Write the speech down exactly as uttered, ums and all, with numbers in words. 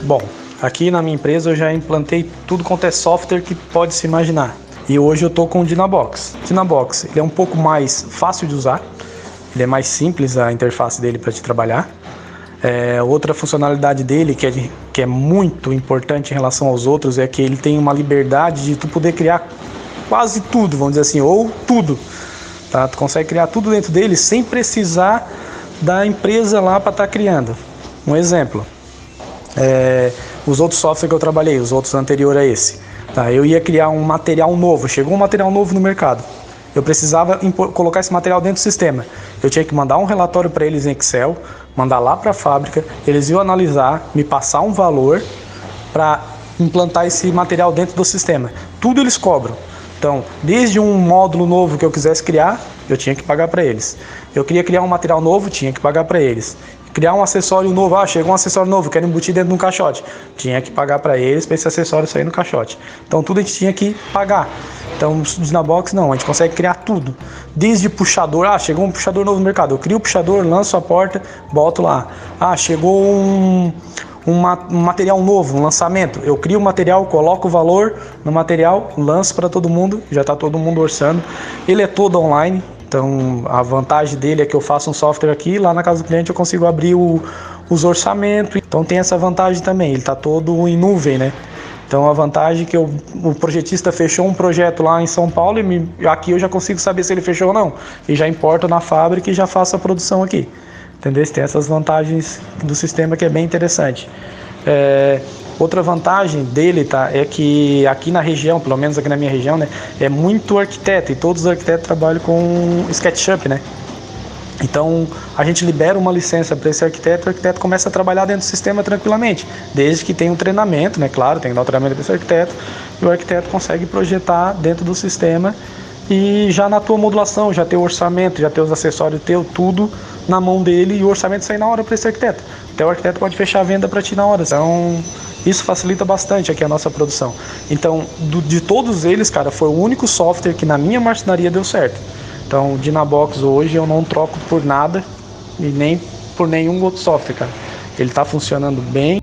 Bom, aqui na minha empresa eu já implantei tudo quanto é software que pode se imaginar. E hoje eu estou com o Dynabox. O Dynabox ele é um pouco mais fácil de usar, ele é mais simples a interface dele para te trabalhar. É, outra funcionalidade dele que é, de, que é muito importante em relação aos outros é que ele tem uma liberdade de tu poder criar quase tudo, vamos dizer assim, ou tudo. Tá? Tu consegue criar tudo dentro dele sem precisar da empresa lá para estar tá criando. Um exemplo, é, os outros softwares que eu trabalhei, os outros anteriores a esse, tá? Eu ia criar um material novo, chegou um material novo no mercado, eu precisava impor, colocar esse material dentro do sistema, eu tinha que mandar um relatório para eles em Excel, mandar lá para a fábrica, eles iam analisar, me passar um valor para implantar esse material dentro do sistema. Tudo eles cobram. Então, desde um módulo novo que eu quisesse criar, eu tinha que pagar para eles. Eu queria criar um material novo, tinha que pagar para eles. Criar um acessório novo, ah, chegou um acessório novo, quero embutir dentro de um caixote. Tinha que pagar para eles para esse acessório sair no caixote. Então, tudo a gente tinha que pagar. Então, no Dynabox, não, a gente consegue criar tudo. Desde puxador, ah, chegou um puxador novo no mercado. Eu crio o puxador, lanço a porta, boto lá. Ah, chegou um... Um, um material novo, um lançamento, eu crio o material, coloco o valor no material, lanço para todo mundo, já está todo mundo orçando. Ele é todo online, então a vantagem dele é que eu faço um software aqui, lá na casa do cliente eu consigo abrir o, os orçamentos, então tem essa vantagem também, ele está todo em nuvem, né? Então a vantagem é que eu, o projetista fechou um projeto lá em São Paulo e me, aqui eu já consigo saber se ele fechou ou não, e já importo na fábrica e já faço a produção aqui. Entendeu? Tem essas vantagens do sistema que é bem interessante. É, outra vantagem dele, tá, é que aqui na região, pelo menos aqui na minha região, né, é muito arquiteto e todos os arquitetos trabalham com SketchUp, né? Então a gente libera uma licença para esse arquiteto, o arquiteto começa a trabalhar dentro do sistema tranquilamente, desde que tenha um treinamento, né? Claro, tem que dar um treinamento para esse arquiteto e o arquiteto consegue projetar dentro do sistema e já na tua modulação, já ter o orçamento, já ter os acessórios teu, tudo na mão dele e o orçamento sair na hora para esse arquiteto. Até o arquiteto pode fechar a venda para ti na hora. Então, isso facilita bastante aqui a nossa produção. Então, do, de todos eles, cara, foi o único software que na minha marcenaria deu certo. Então, o Dynabox hoje eu não troco por nada e nem por nenhum outro software, cara. Ele está funcionando bem.